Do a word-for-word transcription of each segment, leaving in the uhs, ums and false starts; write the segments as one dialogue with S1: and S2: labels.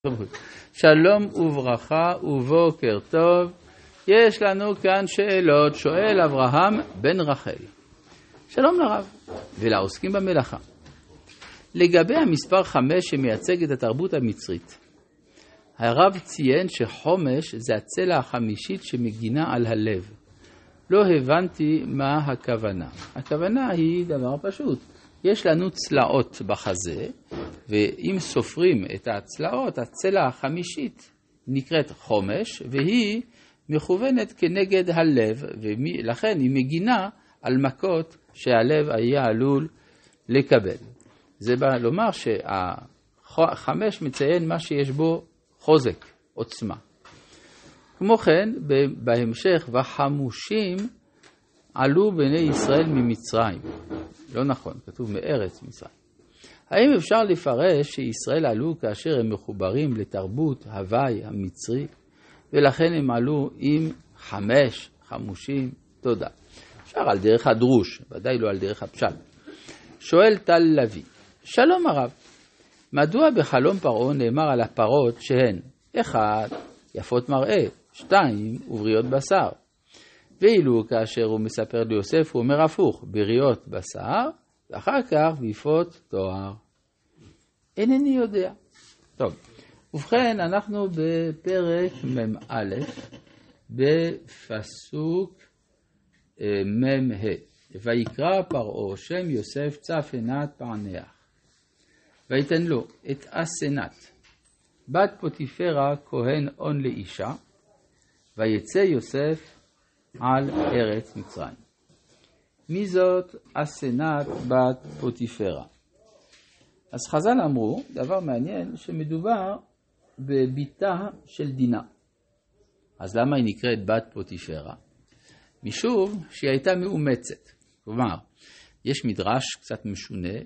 S1: שלום וברכה ובוקר טוב. יש לנו כאן שאלות. שואל אברהם בן רחל. שלום לרב ולעוסקים במלאכה. לגבי המספר חמש שמייצג את התרבות המצרית, הרב ציין שחומש זה הצלע החמישית שמגינה על הלב. לא הבנתי מה הכוונה. הכוונה היא דבר פשוט. יש לנו צלעות בחזה, ואם סופרים את הצלעות, הצלע החמישית נקראת חומש, והיא מכוונת כנגד הלב, ולכן היא מגינה על מכות שהלב היה עלול לקבל. זה בא לומר שהחמש מציין מה שיש בו חוזק, עוצמה. כמו כן, בהמשך, וחמושים עלו בני ישראל ממצרים. לא נכון, כתוב מארץ מצרים. האם אפשר לפרש שישראל עלו כאשר הם מחוברים לתרבות הוואי המצרי, ולכן הם עלו עם חמש חמושים? תודה. אפשר על דרך הדרוש, ודאי לא על דרך הפשט. שואל תל לוי, שלום הרב, מדוע בחלום פרעה נאמר על הפרות שהן אחד, יפות מראה, שתיים, ובריאות בשר? ואילו כאשר הוא מספר ליוסף הוא אומר הפוך, בריאות בשר, ואחר כך ויפות תואר. אינני יודע. טוב, ובכן אנחנו בפרק מ"א, בפסוק מ"ה. ויקרא פרעה שם יוסף צף עינת פענח. ויתן לו את אסנת, בת פוטיפרה כהן און לאישה, ויצא יוסף על ארץ מצרים. מי זאת אסנת בת פוטיפרה? אז חז"ל אמרו, דבר מעניין, שמדובר בביתה של דינה. אז למה היא נקראת בת פוטיפרה? משום שהיא הייתה מאומצת. כלומר, יש מדרש קצת משונה,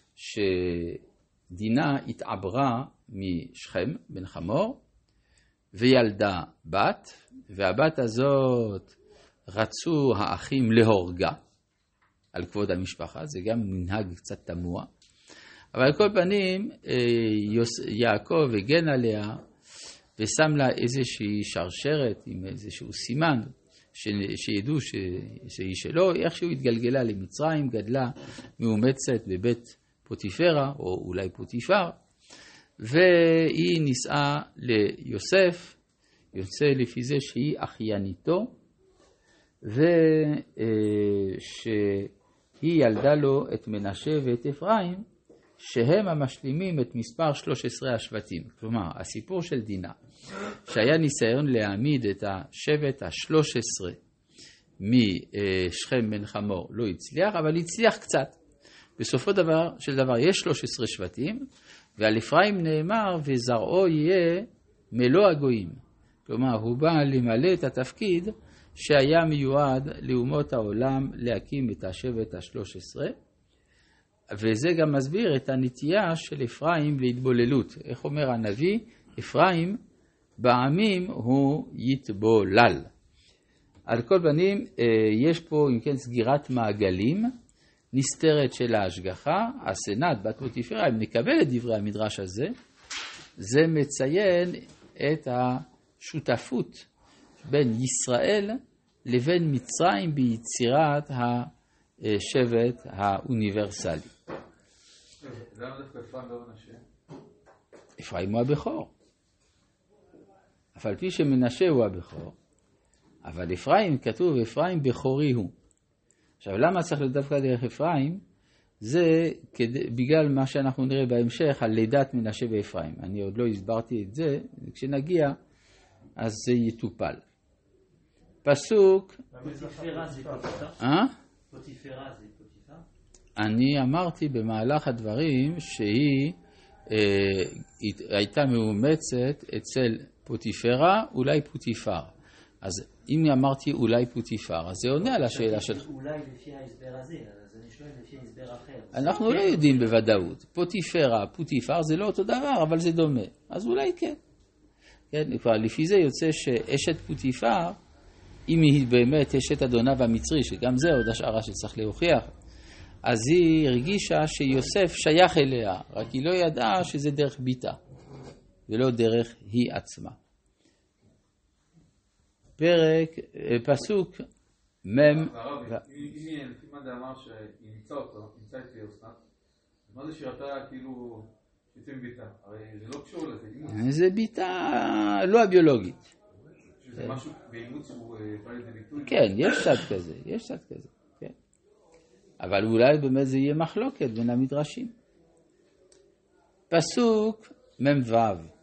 S1: שדינה התעברה משכם בן חמור, וילדה בת, והבת הזאת רצו האחים להורגה על כבוד המשפחה, זה גם מנהג קצת תמוה. אבל על כל פנים, יעקב הגן עליה ושם לה איזושהי שרשרת עם איזשהו סימן, שידעו שהיא שלו. איכשהו התגלגלה למצרים, גדלה מאומצת בבית פוטיפרה, או אולי פוטיפר, והיא נישאה ליוסף, יוצא לפי זה שהיא אחייניתו, ושהיא ילדה לו את מנשה ואת אפרים, שהם המשלימים את מספר שלוש עשרה השבטים. כלומר, הסיפור של דינה, שהיה ניסיון להעמיד את השבט ה-שלוש עשרה משכם בן חמור, לא הצליח, אבל הצליח קצת. בסופו דבר, של דבר יש שלוש עשרה שבטים, ועל אפרים נאמר, וזרעו יהיה מלוא הגויים. כלומר, הוא בא למלא את התפקיד שהיה מיועד לאומות העולם להקים את השבט ה-שלוש עשרה, וזה גם מסביר את הנטייה של אפרים להתבוללות. איך אומר הנביא? אפרים בעמים הוא יתבולל. על כל פנים, יש פה אם כן סגירת מעגלים, נסתרת של ההשגחה. אסנת בת פוטיפרה, אם נקבל את דברי המדרש הזה, זה מציין את השותפות בין ישראל לבין מצרים ביצירת השבט האוניברסלי.
S2: למה דווקא אפרים לא מנשה?
S1: אפרים הוא הבכור. אף על פי שמנשה הוא הבכור, אבל אפרים, כתוב אפרים בכורי הוא. עכשיו, למה צריך לדווקא דרך אפרים? זה כדי, בגלל מה שאנחנו נראה בהמשך על לידת מנשה ואפרים. אני עוד לא הסברתי את זה, כשנגיע אז זה יטופל. פסוק...
S3: פוטיפרה זה פוטיפר?
S1: אה?
S3: פוטיפרה זה פוטיפר?
S1: אני אמרתי במהלך הדברים שהיא אה, הייתה מאומצת אצל פוטיפרה, אולי פוטיפר. אז אם אמרתי אולי פוטיפר, אז זה עונה על השאלה שלך.
S3: אולי לפי ההסבר הזה, אז אני שואל לפי ההסבר אחר.
S1: אנחנו לא יודעים בוודאות. פוטיפרה, פוטיפר זה לא אותו דבר, אבל זה דומה. אז אולי כן. כן, לפי זה יוצא שאשת פוטיפר, אם היא באמת אשת אדוניו המצרי, שגם זה עוד השערה שצריך להוכיח, אז היא הרגישה שיוסף שייך אליה, רק היא לא ידעה שזה דרך ביתה. ולא דרך היא עצמה. פרק, פסוק מם...
S2: הרב, אם לפי מה זה אמר שנמצא אותו, נמצא את אסנת, מה זה שראתה כאילו יוצאים ביתה? הרי זה לא קשור לזה.
S1: זה ביתה לא הביולוגית.
S2: שזה משהו באימוץ שהוא בא לידי ביטוי?
S1: כן, יש צד כזה, יש צד כזה, כן. אבל אולי באמת זה יהיה מחלוקת בין המדרשים. פסוק מ"ו.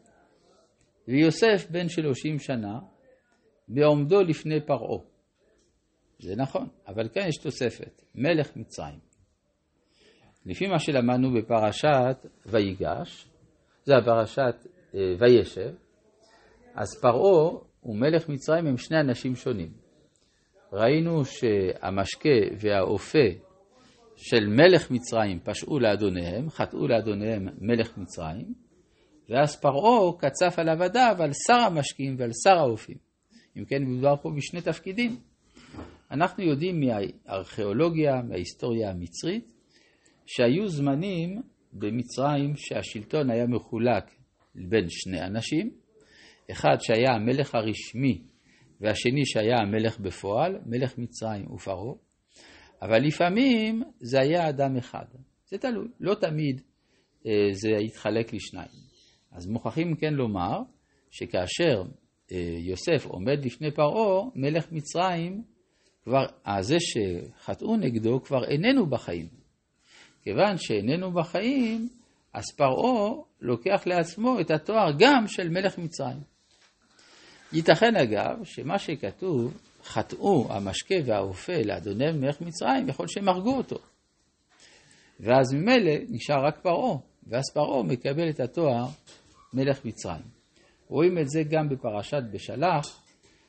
S1: ויוסף בן שלושים שנה בעומדו לפני פרעה. זה נכון, אבל כאן יש תוספת, מלך מצרים. לפי מה שלמדנו בפרשת ויגש, זה הפרשת אה, וישב, אז פרעה ומלך מצרים הם שני אנשים שונים. ראינו שהמשקה והאופה של מלך מצרים פשעו לאדוניהם, חטאו לאדוניהם מלך מצרים, ואז פרעה קצף על עבדיו על שר המשקים ועל שר האופים. אם כן, מדובר פה בשני תפקידים. אנחנו יודעים מהארכיאולוגיה, מההיסטוריה המצרית, שהיו זמנים במצרים שהשלטון היה מחולק בין שני אנשים, אחד שהיה המלך הרשמי והשני שהיה המלך בפועל, מלך מצרים ופרעה, אבל לפעמים זה היה אדם אחד. זה תלוי, לא תמיד אה, זה התחלק לשניים. אז מוכרחים כן לומר שכאשר אה, יוסף עומד לפני פרעה, מלך מצרים, כבר זה שחטאו נגדו כבר איננו בחיים. כיוון שאיננו בחיים, אז פרעה לוקח לעצמו את התואר גם של מלך מצרים. ייתכן אגב שמה שכתוב, חטאו המשקה והאופה לאדוניהם מלך מצרים, יכול שהם הרגו אותו. ואז ממילא נשאר רק פרעה, ואז פרעה מקבל את התואר מלך מצרים. רואים את זה גם בפרשת בשלח,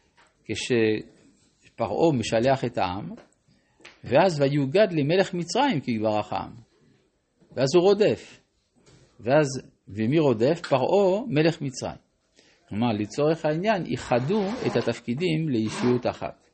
S1: כשפרעה משלח את העם, ואז ויוגד למלך מצרים כי יברך העם. ואז הוא רודף. ואז, ומי רודף? פרעה מלך מצרים. כלומר, לצורך העניין, איחדו את התפקידים לאישיות אחת.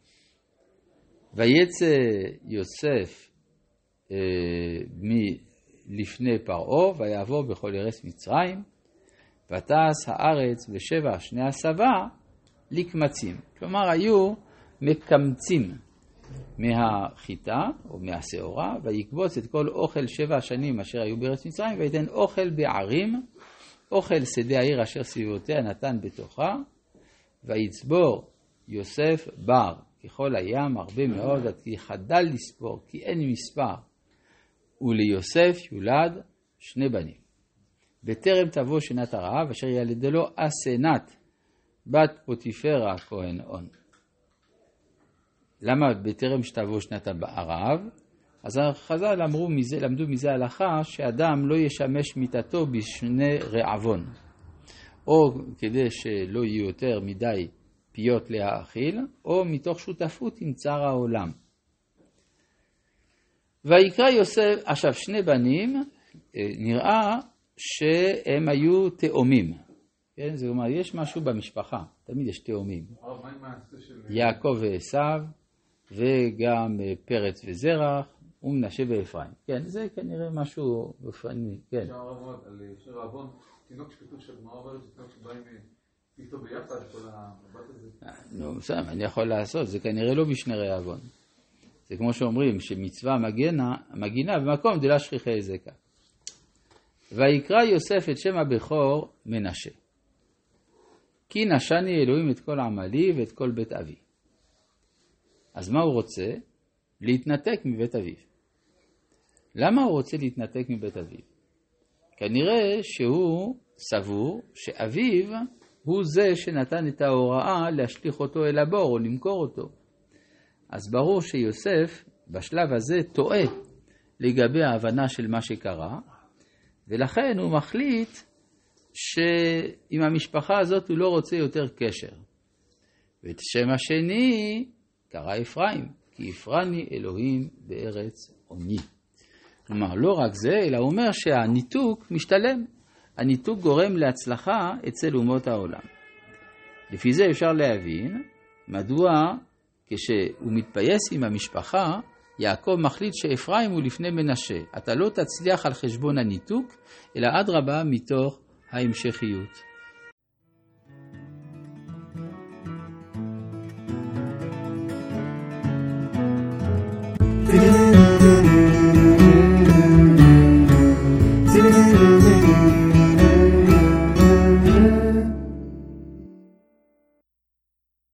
S1: ויצא יוסף אה, מלפני פרעה, ויעבור בכל ארץ מצרים, ותעש הארץ בשבע שני הסבה לקמצים. כלומר, היו מקמצים מהחיטה או מהשעורה, ויקבוץ את כל אוכל שבע שנים אשר היו בארץ מצרים, ויתן אוכל בערים, אוכל שדה העיר אשר סביבותיה נתן בתוכה, ויצבור יוסף בר ככל הים הרבה מאוד, עד כי חדל לספור, כי אין מספר, וליוסף יולד שני בנים. בטרם תבוא שנת הרעב, אשר ילדה לו אסנת, בת פוטיפרה כהן און. למה בטרם שתבוא שנת הרעב? אז החז"ל אמרו מזה, למדו מזה הלכה שאדם לא ישמש מיתתו בשני רעבון, או כדי שלא יהיו יותר מדי פיות להאכיל, או מתוך שותפות עם צער העולם. ויקרא יוסף, עכשיו שני בנים, נראה שהם היו תאומים. כן? זאת אומרת, יש משהו במשפחה, תמיד יש תאומים. יעקב ועשיו, וגם פרץ וזרח, ומנשה ואפרים. כן, זה כנראה משהו בפני, כן.
S2: אפשר לעבוד על שיר העוון, תינוק שכתוב שגמרא אומרת, תינוק שבא עם איתו ביחד, כל המבט הזה.
S1: נו, בסדר, אני יכול לעשות, זה כנראה לא בשני רעבון. זה כמו שאומרים, שמצווה מגינה, מגינה במקום דלה שכיחי זקה. ויקרא יוסף את שם הבכור מנשה. כי נשני אלוהים את כל עמלי ואת כל בית אבי. אז מה הוא רוצה? להתנתק מבית אביו. למה הוא רוצה להתנתק מבית אביו? כנראה שהוא סבור שאביו הוא זה שנתן את ההוראה להשליך אותו אל הבור או למכור אותו. אז ברור שיוסף בשלב הזה טועה לגבי ההבנה של מה שקרה, ולכן הוא מחליט שעם המשפחה הזאת הוא לא רוצה יותר קשר. ואת שם השני קרא אפרים, כי הפרני אלוהים בארץ עוני. כלומר, לא רק זה, אלא הוא אומר שהניתוק משתלם. הניתוק גורם להצלחה אצל אומות העולם. לפי זה אפשר להבין מדוע כשהוא מתפייס עם המשפחה, יעקב מחליט שאפרים הוא לפני מנשה. אתה לא תצליח על חשבון הניתוק, אלא עד רבה מתוך ההמשכיות.
S4: Yeah.